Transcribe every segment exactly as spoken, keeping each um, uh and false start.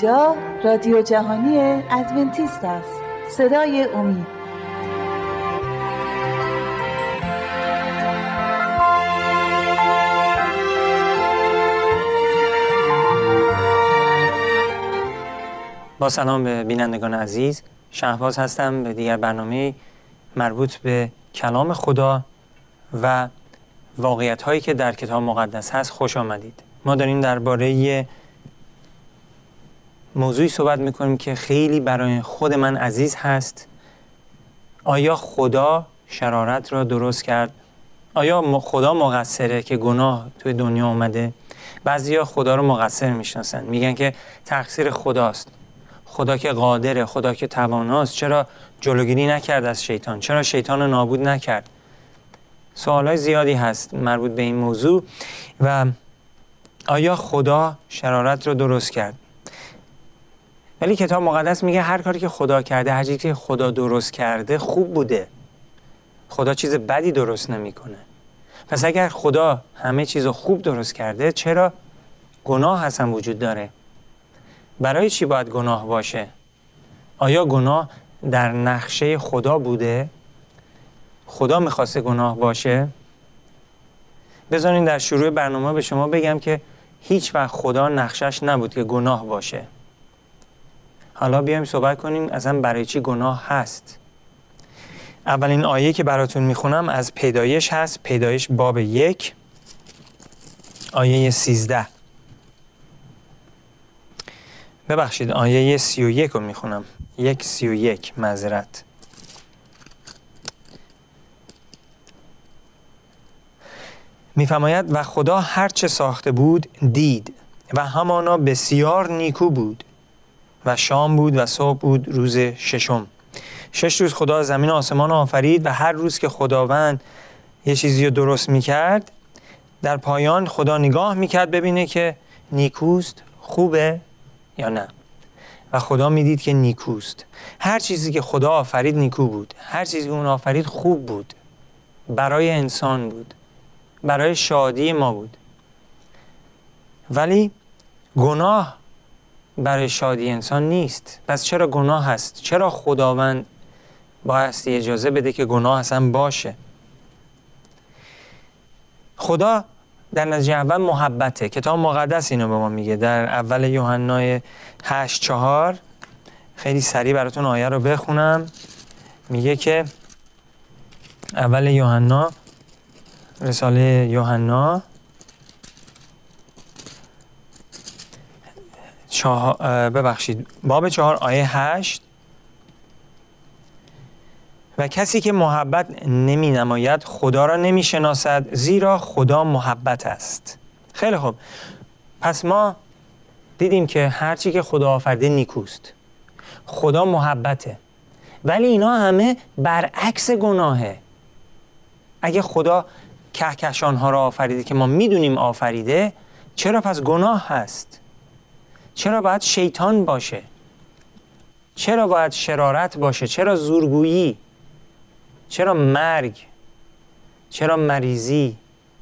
اینجا رادیو جهانی ادونتیست است، صدای امید. با سلام به بینندگان عزیز، شهباز هستم به دیگر برنامه مربوط به کلام خدا و واقعیت هایی که در کتاب مقدس هست خوش آمدید. ما داریم درباره موضوعی صحبت میکنیم که خیلی برای خود من عزیز هست. آیا خدا شرارت را درست کرد؟ آیا خدا مقصره که گناه توی دنیا اومده؟ بعضیا خدا رو مقصر میشناسن، میگن که تقصیر خداست. خدا که قادره، خدا که تواناست، چرا جلوگیری نکرد از شیطان؟ چرا شیطان رو نابود نکرد؟ سوالای زیادی هست مربوط به این موضوع. و آیا خدا شرارت رو درست کرد؟ ولی کتاب مقدس میگه هر کاری که خدا کرده، هر چیزی که خدا درست کرده خوب بوده. خدا چیز بدی درست نمیکنه. پس اگر خدا همه چیز خوب درست کرده، چرا گناه اصلا وجود داره؟ برای چی باید گناه باشه؟ آیا گناه در نقشه خدا بوده؟ خدا میخواسته گناه باشه؟ بذارین در شروع برنامه به شما بگم که هیچ وقت خدا نقشش نبود که گناه باشه. حالا بیایم صحبت کنیم اصلا برای چی گناه هست. اولین آیه که براتون میخونم از پیدایش هست، پیدایش باب یک آیه سیزده. ببخشید آیه سی و یک رو میخونم، یک سی و یک معذرت. میفرماید و خدا هر چه ساخته بود دید و همانا بسیار نیکو بود و شام بود و صبح بود روز ششم. شش روز خدا زمین و آسمان آفرید و هر روز که خداوند یه چیزی رو درست میکرد، در پایان خدا نگاه میکرد ببینه که نیکوست، خوبه یا نه. و خدا میدید که نیکوست. هر چیزی که خدا آفرید نیکو بود. هر چیزی که اون آفرید خوب بود. برای انسان بود. برای شادی ما بود. ولی گناه برای شادی انسان نیست. پس چرا گناه هست؟ چرا خداوند بایستی اجازه بده که گناه اصلا باشه؟ خدا در نتیجه اول محبته. کتاب مقدس اینو به ما میگه در اول یوحنا هشت چهار. خیلی سریع براتون آیه رو بخونم. میگه که اول یوحنا، رساله یوحنا چهار، ببخشید باب چهار آیه هشت. و کسی که محبت نمی نماید خدا را نمی شناسد، زیرا خدا محبت است. خیلی خوب، پس ما دیدیم که هرچی که خدا آفرده نیکوست. خدا محبته. ولی اینا همه برعکس گناهه. اگه خدا کهکشانها را آفریده که ما میدونیم آفریده، چرا پس گناه هست؟ چرا باید شیطان باشه؟ چرا باید شرارت باشه؟ چرا زورگویی؟ چرا مرگ؟ چرا مریضی؟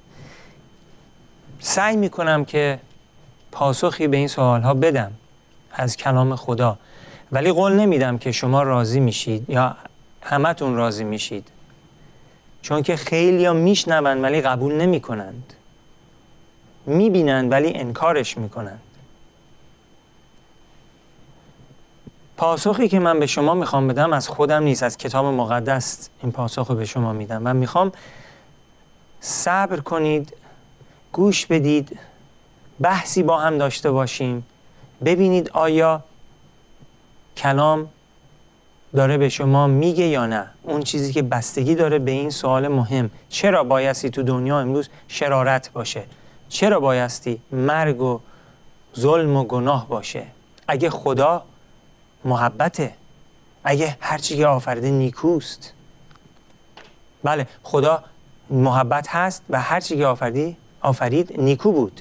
سعی میکنم که پاسخی به این سوالها بدم از کلام خدا، ولی قول نمیدم که شما راضی میشید یا همتون راضی میشید، چون که خیلی ها میشنون ولی قبول نمی کنند، میبینند ولی انکارش میکنند. پاسخی که من به شما میخوام بدم از خودم نیست، از کتاب مقدس این پاسخ رو به شما میدم و میخوام صبر کنید، گوش بدید، بحثی با هم داشته باشیم، ببینید آیا کلام داره به شما میگه یا نه. اون چیزی که بستگی داره به این سوال مهم، چرا بایستی تو دنیا امروز شرارت باشه؟ چرا بایستی مرگ و ظلم و گناه باشه؟ اگه خدا محبته، اگه هر چی که آفریده نیکوست. بله، خدا محبت هست و هر چی که آفریدی آفرید نیکو بود.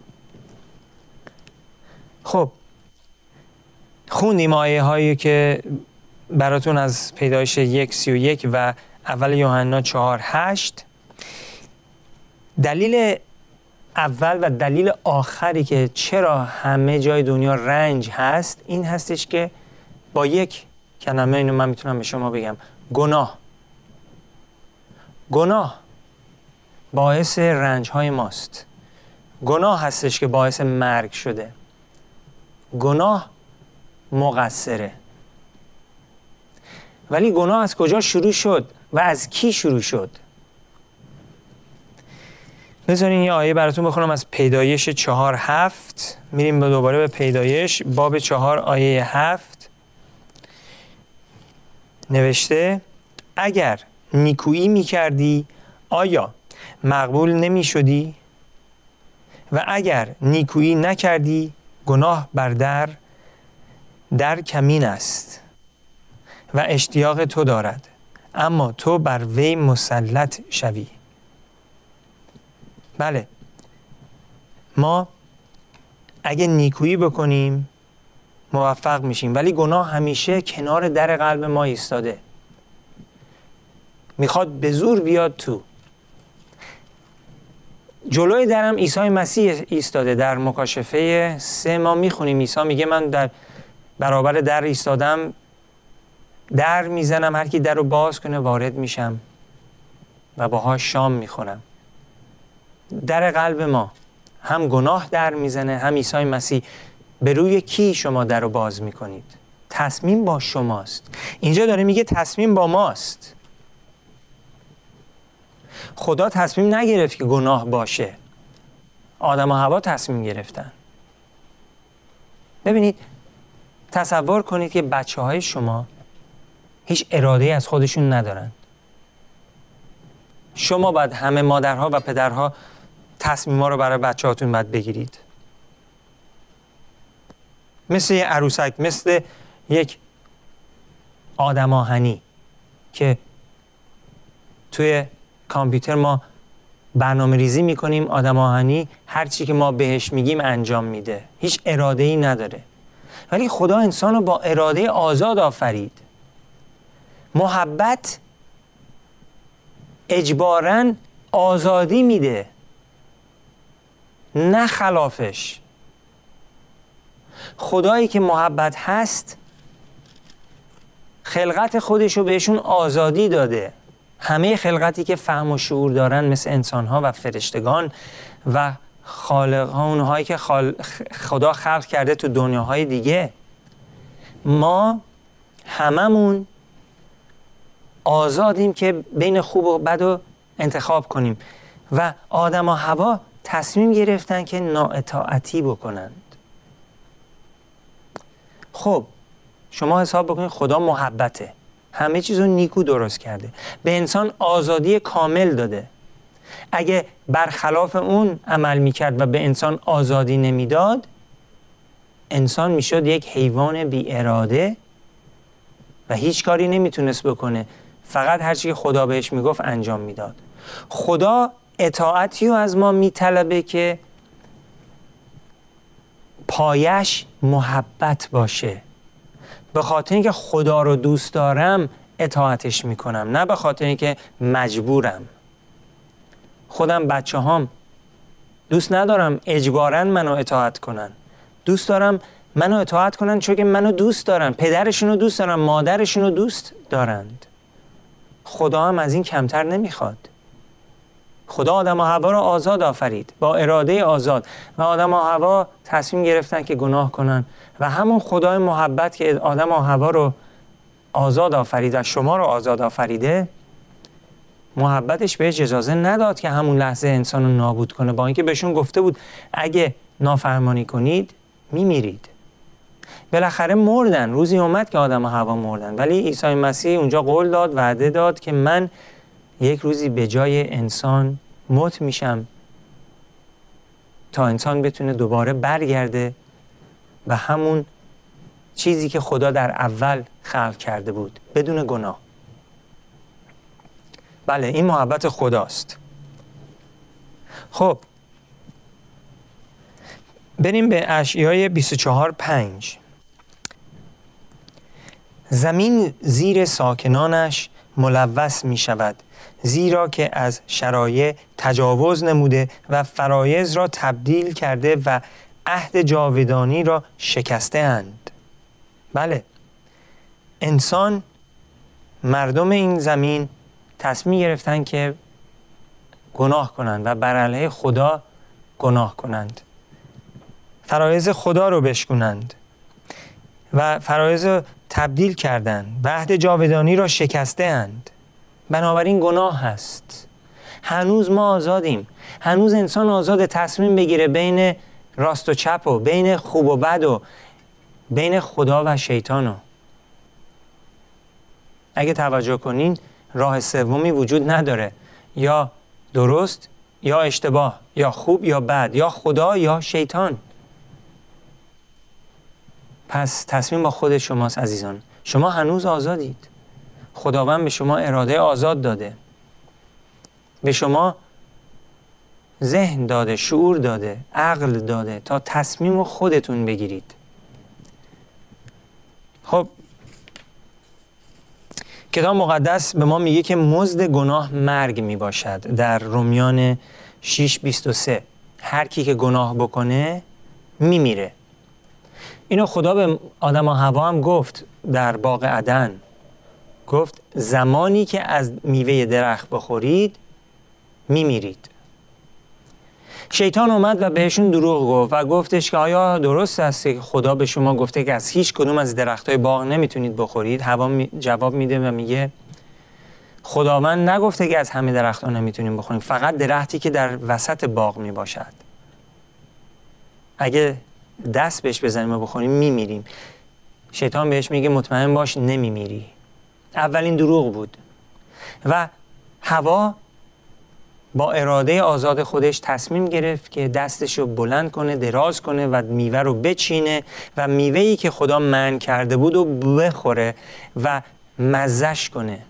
خب خوندیم آیه هایی که براتون از پیدایش یک سی و یک و اول یوحنا چهار هشت. دلیل اول و دلیل آخری که چرا همه جای دنیا رنج هست این هستش که با یک کلمه اینو من میتونم به شما بگم: گناه. گناه باعث رنج های ماست. گناه هستش که باعث مرگ شده. گناه مقصره. ولی گناه از کجا شروع شد و از کی شروع شد؟ بذارین یه آیه براتون بخونم از پیدایش چهار هفت. میریم به دوباره به پیدایش باب چهار آیه هفت. نوشته: اگر نیکویی میکردی آیا مقبول نمی شدی؟ و اگر نیکویی نکردی گناه بر در در کمین است و اشتیاق تو دارد، اما تو بر وی مسلط شوی. بله، ما اگه نیکویی بکنیم موفق میشیم، ولی گناه همیشه کنار در قلب ما ایستاده، میخواد به زور بیاد تو. جلوی درم عیسی مسیح ایستاده. در مکاشفه سه ما میخونیم عیسی میگه من در برابر در ایستادم، در میزنم، هر کی در رو باز کنه وارد میشم و باهاش شام میخورم. در قلب ما هم گناه در میزنه، هم عیسی مسیح. به روی کی شما در رو باز میکنید؟ تصمیم با شماست. اینجا داره میگه تصمیم با ماست. خدا تصمیم نگرفت که گناه باشه، آدم و حوا تصمیم گرفتن. ببینید، تصور کنید که بچه های شما هیچ اراده‌ای از خودشون ندارن. شما باید همه مادرها و پدرها تصمیم‌ها رو برای بچه هاتون باید بگیرید. مثل یک عروسک، مثل یک آدم آهنی که توی کامپیوتر ما برنامه ریزی میکنیم. آدم آهنی هر چی که ما بهش میگیم انجام میده، هیچ اراده‌ای نداره. ولی خدا انسان رو با اراده آزاد آفرید. محبت اجباراً آزادی میده، نه خلافش. خدایی که محبت هست خلقت خودش رو بهشون آزادی داده. همه خلقتی که فهم و شعور دارن، مثل انسان‌ها و فرشتگان و خالق‌ها، اونهایی که خال... خدا خلق کرده تو دنیاهای دیگه، ما هممون آزادیم که بین خوب و بد رو انتخاب کنیم. و آدم و حوا تصمیم گرفتن که نااطاعتی بکنند. خب شما حساب بکنید خدا محبته، همه چیز رو نیکو درست کرده، به انسان آزادی کامل داده. اگه برخلاف اون عمل میکرد و به انسان آزادی نمیداد، انسان میشد یک حیوان بی اراده و هیچ کاری نمیتونست بکنه، فقط هر چی که خدا بهش میگفت انجام میداد. خدا اطاعتی رو از ما میطلبه که پایش محبت باشه. به خاطر اینکه خدا رو دوست دارم اطاعتش میکنم، نه به خاطر اینکه مجبورم. خودم بچه هام دوست ندارم اجباراً منو اطاعت کنن. دوست دارم منو اطاعت کنن چون که منو دوست دارن، پدرشونو دوست دارن، مادرشونو دوست دارند. خدا هم از این کمتر نمیخواد. خدا آدم و حوا رو آزاد آفرید، با اراده آزاد، و آدم و حوا تصمیم گرفتن که گناه کنن. و همون خدای محبت که آدم و حوا رو آزاد آفرید و شما رو آزاد آفریده، محبتش بهش اجازه نداد که همون لحظه انسان رو نابود کنه، با اینکه بهشون گفته بود اگه نافرمانی کنید میمیرید. بالاخره مردن، روزی اومد که آدم و حوا مردن، ولی عیسی مسیح اونجا قول داد، وعده داد که من یک روزی به جای انسان موت میشم تا انسان بتونه دوباره برگرده و همون چیزی که خدا در اول خلق کرده بود، بدون گناه. بله، این محبت خداست. خب بریم به اشعیای بیست و چهار پنج. زمین زیر ساکنانش ملوث می شود، زیرا که از شرایع تجاوز نموده و فرایض را تبدیل کرده و عهد جاودانی را شکسته اند. بله، انسان، مردم این زمین تصمیم گرفتن که گناه کنند و بر علیه خدا گناه کنند، فرایض خدا رو بشکنند و فرایض رو تبدیل کردند و عهد جاودانی را شکسته اند. بنابراین گناه هست. هنوز ما آزادیم. هنوز انسان آزاد تصمیم بگیره بین راست و چپ و بین خوب و بد و بین خدا و شیطانو. اگه توجه کنین راه سومی وجود نداره، یا درست یا اشتباه، یا خوب یا بد، یا خدا یا شیطان. پس تصمیم با خود شماست عزیزان. شما هنوز آزادید. خداوند به شما اراده آزاد داده، به شما ذهن داده، شعور داده، عقل داده تا تصمیم خودتون بگیرید. خب کتاب مقدس به ما میگه که مزد گناه مرگ میباشد. در رومیان شش بیست و سه هر کی که گناه بکنه میمیره. اینو خدا به آدم و حوا هم گفت در باغ عدن. گفت زمانی که از میوه درخت بخورید میمیرید. شیطان اومد و بهشون دروغ گفت و گفتش که آیا درست است که خدا به شما گفته که از هیچ کدوم از درختای باغ نمیتونید بخورید؟ حوا جواب میده و میگه خداوند نگفته که از همه درختها نمیتونیم بخوریم، فقط درختی که در وسط باغ میباشد. اگه دست بهش بزنیم و بخوریم میمیریم. شیطان بهش میگه مطمئن باش نمیمیری. اولین دروغ بود. و حوا با اراده آزاد خودش تصمیم گرفت که دستشو بلند کنه، دراز کنه و میوه رو بچینه و میوه‌ای که خدا منع کرده بود رو بخوره و مزه‌ش کنه.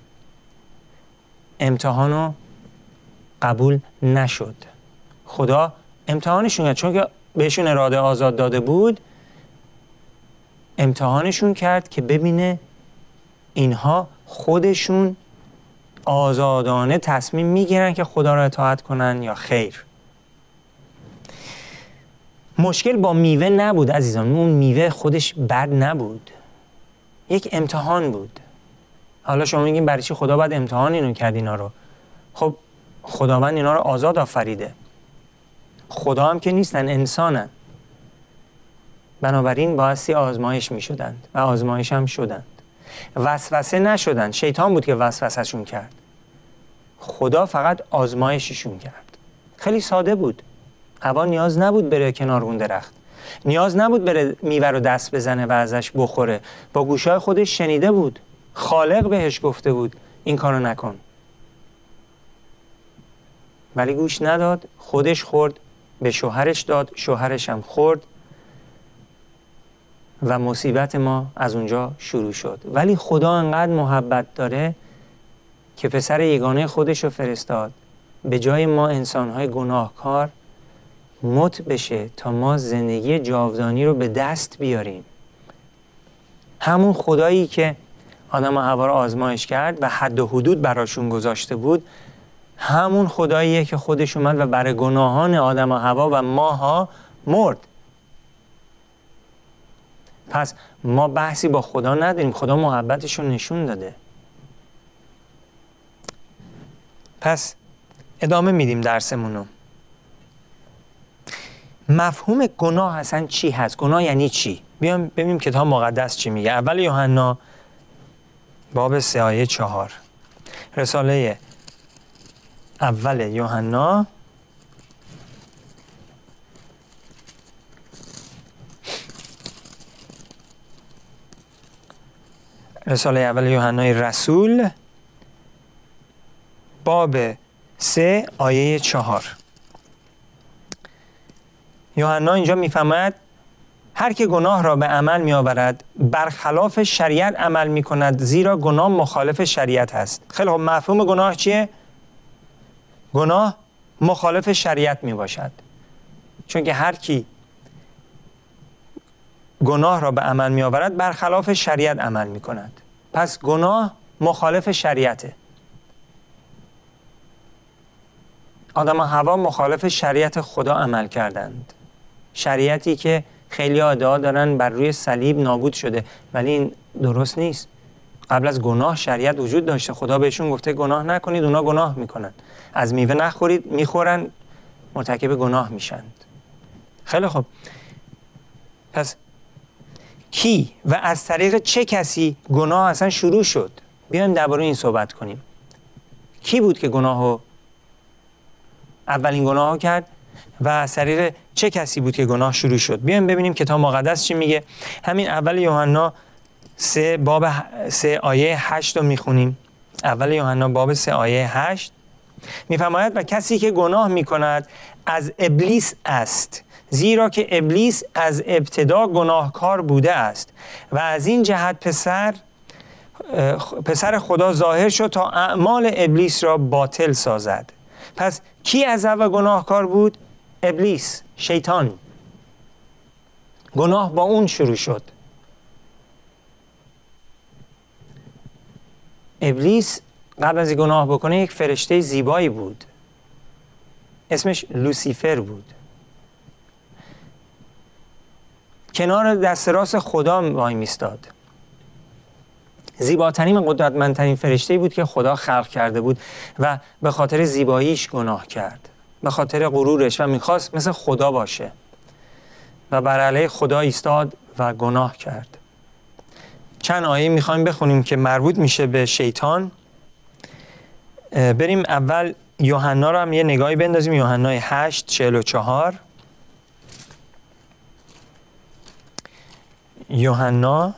امتحانو قبول نشد. خدا امتحانشون کرد، چون که بهشون اراده آزاد داده بود، امتحانشون کرد که ببینه اینها خودشون آزادانه تصمیم میگیرن که خدا را اطاعت کنن یا خیر. مشکل با میوه نبود عزیزان. اون میوه خودش بد نبود، یک امتحان بود. حالا شما میگین برای چی خدا باید امتحان اینو کرد اینا رو؟ خب خداوند اینا رو آزاد آفریده. خدا هم که نیستن، انسانن. بنابراین بایستی آزمایش میشدند و آزمایش هم شدند. وسوسه نشدند. شیطان بود که وسوسهشون کرد. خدا فقط آزمایششون کرد. خیلی ساده بود. حوا نیاز نبود بره کنار اون درخت. نیاز نبود بره میوه رو دست بزنه و ازش بخوره. با گوشای خودش شنیده بود. خالق بهش گفته بود این کارو نکن. ولی گوش نداد. خودش خورد، به شوهرش داد، شوهرش هم خورد و مصیبت ما از اونجا شروع شد. ولی خدا انقدر محبت داره که پسر یگانه خودش رو فرستاد به جای ما انسان‌های گناهکار مت بشه تا ما زندگی جاودانی رو به دست بیاریم. همون خدایی که آدم و حوا رو آزمایش کرد و حد و حدود براشون گذاشته بود، همون خداییه که خودش اومد و برای گناهان آدم و حوا و ماها مرد. پس ما بحثی با خدا نداریم. خدا محبتش رو نشون داده. پس ادامه میدیم درسمونو. مفهوم گناه اصلا چی هست؟ گناه یعنی چی؟ بیام ببینیم کتاب مقدس چی میگه. اول یوحنا باب سه آیه چهار. رساله اول یوحنا رساله اول یوحنای رسول باب سه آیه چهار. یوحنا اینجا میفهمد هر که گناه را به عمل می آورد برخلاف شریعت عمل می کند، زیرا گناه مخالف شریعت است. خیلی خب، مفهوم گناه چیه؟ گناه مخالف شریعت می باشد. چون که هر کی گناه را به عمل می آورد برخلاف شریعت عمل می کند. پس گناه مخالف شریعته. آدم و حوا مخالف شریعت خدا عمل کردند. شریعتی که خیلی ادعا دارن بر روی صلیب نابود شده، ولی این درست نیست. قبل از گناه شریعت وجود داشته. خدا بهشون گفته گناه نکنید، اونا گناه میکنن. از میوه نخورید، میخورن، مرتکب گناه میشند. خیلی خوب. پس کی و از طریق چه کسی گناه اصلا شروع شد؟ بیایم درباره این صحبت کنیم. کی بود که گناهو اولین گناهو کرد و از طریق چه کسی بود که گناه شروع شد؟ بیایم ببینیم کتاب مقدس چی میگه. همین اول یوحنا سه باب سه آیه هشت رو میخونیم. اول یوحنا باب سه آیه هشت میفرماید و کسی که گناه میکند از ابلیس است، زیرا که ابلیس از ابتدا گناهکار بوده است و از این جهت پسر پسر خدا ظاهر شد تا اعمال ابلیس را باطل سازد. پس کی از اول گناهکار بود؟ ابلیس، شیطان. گناه با اون شروع شد. ابلیس قبل از گناه بکنه یک فرشته زیبایی بود، اسمش لوسیفر بود. کنار دست راست خدا وای میستاد. زیباترین و قدرتمندترین فرشته‌ای بود که خدا خلق کرده بود و به خاطر زیباییش گناه کرد، به خاطر غرورش، و میخواست مثل خدا باشه و بر علیه خدا ایستاد و گناه کرد. چند آیه میخوایم بخونیم که مربوط میشه به شیطان. بریم اول یوحنا رو هم یه نگاهی بندازیم. یوحنا هشت چهل و چهار. یوحنا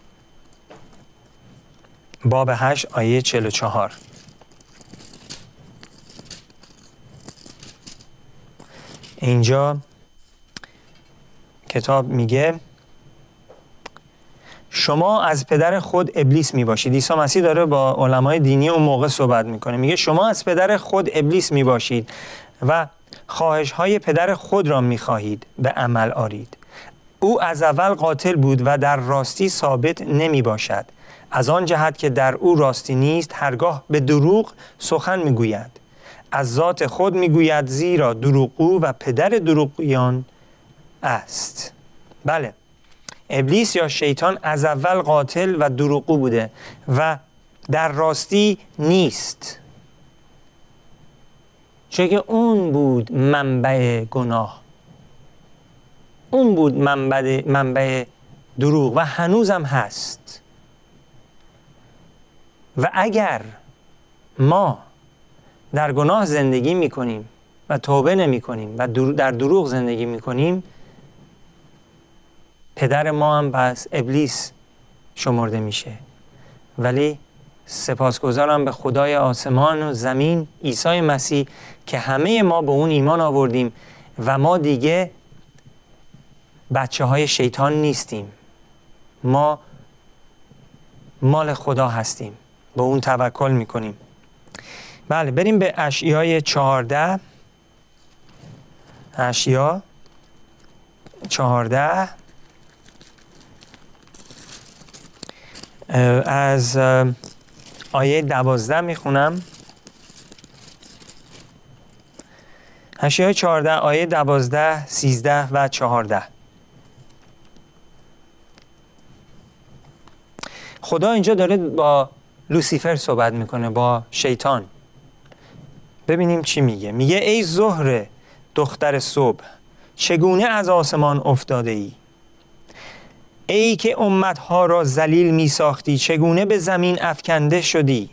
باب هشت آیه چهل و چهار. اینجا کتاب میگه شما از پدر خود ابلیس می باشید. عیسی مسیح داره با علمای دینی اون موقع صحبت میکنه. میگه شما از پدر خود ابلیس می باشید و خواهش های پدر خود را می خواهید به عمل آرید. او از اول قاتل بود و در راستی ثابت نمی باشد، از آن جهت که در او راستی نیست. هرگاه به دروغ سخن می گوید، از ذات خود می گوید، زیرا دروغگو و پدر دروغگویان است. بله، ابلیس یا شیطان از اول قاتل و دروغگو بوده و در راستی نیست، چون که اون بود منبع گناه، اون بود منبع, منبع دروغ و هنوزم هست. و اگر ما در گناه زندگی میکنیم و توبه نمی کنیم و در دروغ زندگی میکنیم، پدر ما هم پس ابلیس شمرده میشه. ولی سپاسگزارم به خدای آسمان و زمین، عیسی مسیح، که همه ما به اون ایمان آوردیم و ما دیگه بچه های شیطان نیستیم. ما مال خدا هستیم، به اون توکل میکنیم. بله، بریم به اشعیا چهارده. اشعیا چهارده از آیه دوازده میخونم. اشعیا چهارده آیه دوازده، سیزده و چهارده. خدا اینجا داره با لوسیفر صحبت میکنه، با شیطان. ببینیم چی میگه. میگه ای زهره دختر صبح، چگونه از آسمان افتاده ای؟ ای که امتها را ذلیل می ساختی، چگونه به زمین افکنده شدی؟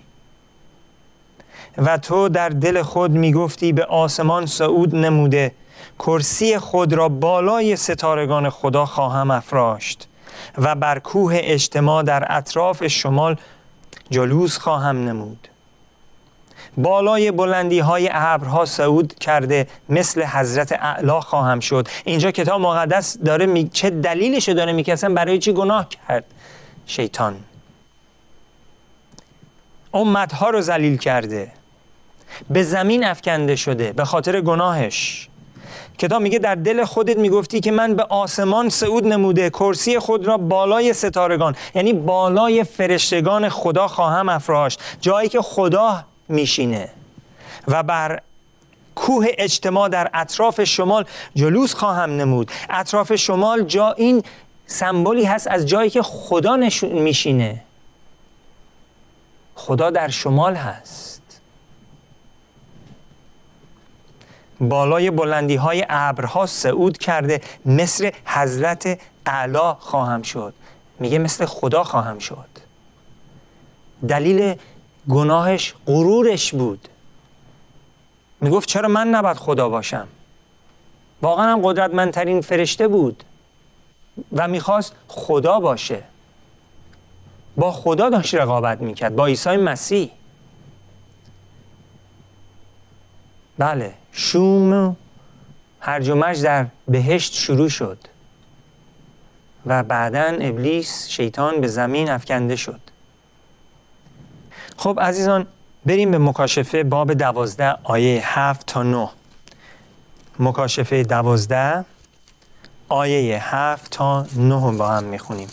و تو در دل خود می گفتی به آسمان صعود نموده، کرسی خود را بالای ستارگان خدا خواهم افراشت و بر کوه اجتماع در اطراف شمال جلوس خواهم نمود. بالای بلندی های ابرها صعود کرده، مثل حضرت اعلی خواهم شد. اینجا کتاب مقدس داره می... چه دلیلش داره میگه، اصلا برای چی گناه کرد شیطان؟ امتها رو ذلیل کرده، به زمین افکنده شده به خاطر گناهش. کتاب میگه در دل خودت میگفتی که من به آسمان صعود نموده، کرسی خود را بالای ستارگان، یعنی بالای فرشتگان خدا خواهم افراشت، جایی که خدا میشینه، و بر کوه اجتماع در اطراف شمال جلوس خواهم نمود. اطراف شمال جا این سمبولی هست از جایی که خدا میشینه. خدا در شمال هست. بالای بلندی های ابرها صعود کرده، مثل حضرت اعلی خواهم شد. میگه مثل خدا خواهم شد. دلیل گناهش غرورش بود. میگفت چرا من نباید خدا باشم؟ واقعا هم قدرتمندترین فرشته بود و میخواست خدا باشه. با خدا داشت رقابت میکرد، با عیسی مسیح. بله، شوم و هرج و مرج در بهشت شروع شد و بعداً ابلیس شیطان به زمین افکنده شد. خب عزیزان، بریم به مکاشفه باب دوازده آیه هفت تا نه. مکاشفه دوازده آیه هفت تا نه با هم میخونیم.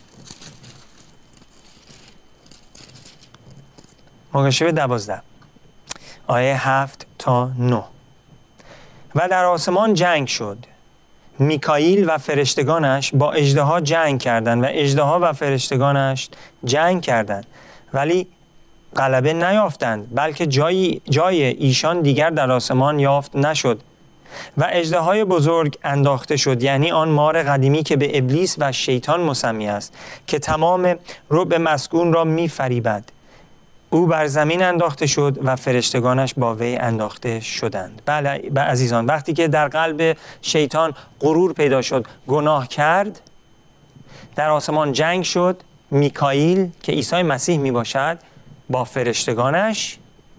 مکاشفه دوازده آیه هفت تا نه. و در آسمان جنگ شد. میکائیل و فرشتگانش با اژدها جنگ کردند و اژدها و فرشتگانش جنگ کردند، ولی غلبه نیافتند، بلکه جای جای ایشان دیگر در آسمان یافت نشد. و اژدهای بزرگ انداخته شد، یعنی آن مار قدیمی که به ابلیس و شیطان مسمی است، که تمام رعب مسکون را می‌فریبد. او بر زمین انداخته شد و فرشتگانش با وی انداخته شدند. بله عزیزان، وقتی که در قلب شیطان غرور پیدا شد، گناه کرد، در آسمان جنگ شد. میکائیل که عیسی مسیح می باشد با فرشتگانش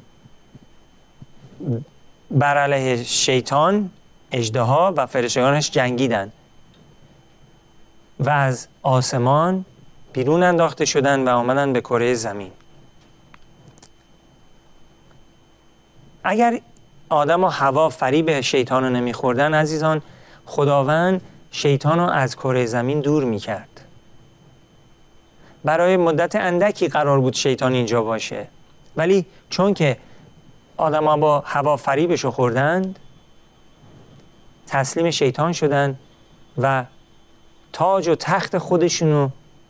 بر علیه شیطان، اژدها و فرشتگانش جنگیدند و از آسمان بیرون انداخته شدند و آمدند به کره زمین. اگر آدم و حوا فریب شیطان رو نمیخوردن عزیزان، خداوند شیطان رو از کره زمین دور میکرد. برای مدت اندکی قرار بود شیطان اینجا باشه، ولی چون که آدم ها با حوا فریبش رو خوردند، تسلیم شیطان شدند و تاج و تخت خودشونو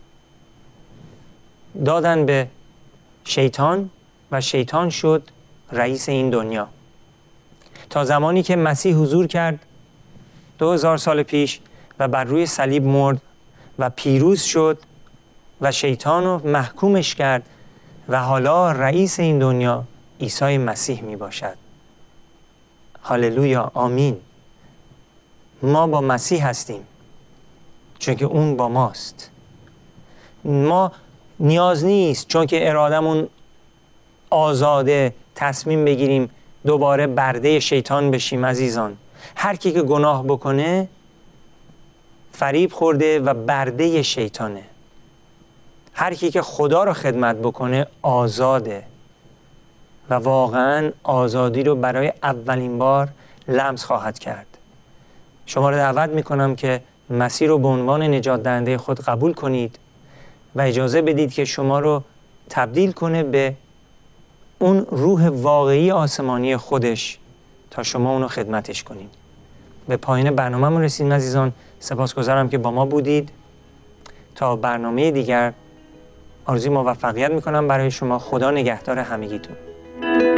دادن به شیطان و شیطان شد رئیس این دنیا. تا زمانی که مسیح حضور کرد دو هزار سال پیش و بر روی صلیب مرد و پیروز شد و شیطان رو محکومش کرد و حالا رئیس این دنیا عیسی مسیح می باشد. هاللویا، آمین. ما با مسیح هستیم چون که اون با ماست. ما نیاز نیست چون که ارادمون آزاده تصمیم بگیریم دوباره برده شیطان بشیم. عزیزان، هر کی که گناه بکنه فریب خورده و برده شیطانه. هر کی که خدا رو خدمت بکنه آزاده و واقعا آزادی رو برای اولین بار لمس خواهد کرد. شما رو دعوت میکنم که مسیح رو به عنوان نجات دهنده خود قبول کنید و اجازه بدید که شما رو تبدیل کنه به اون روح واقعی آسمانی خودش تا شما اونو خدمتش کنید. به پایان برنامه‌مون رسیدیم عزیزان. سپاسگزارم که با ما بودید. تا برنامه دیگر آرزوی موفقیت میکنم برای شما. خدا نگهدار همگیتون.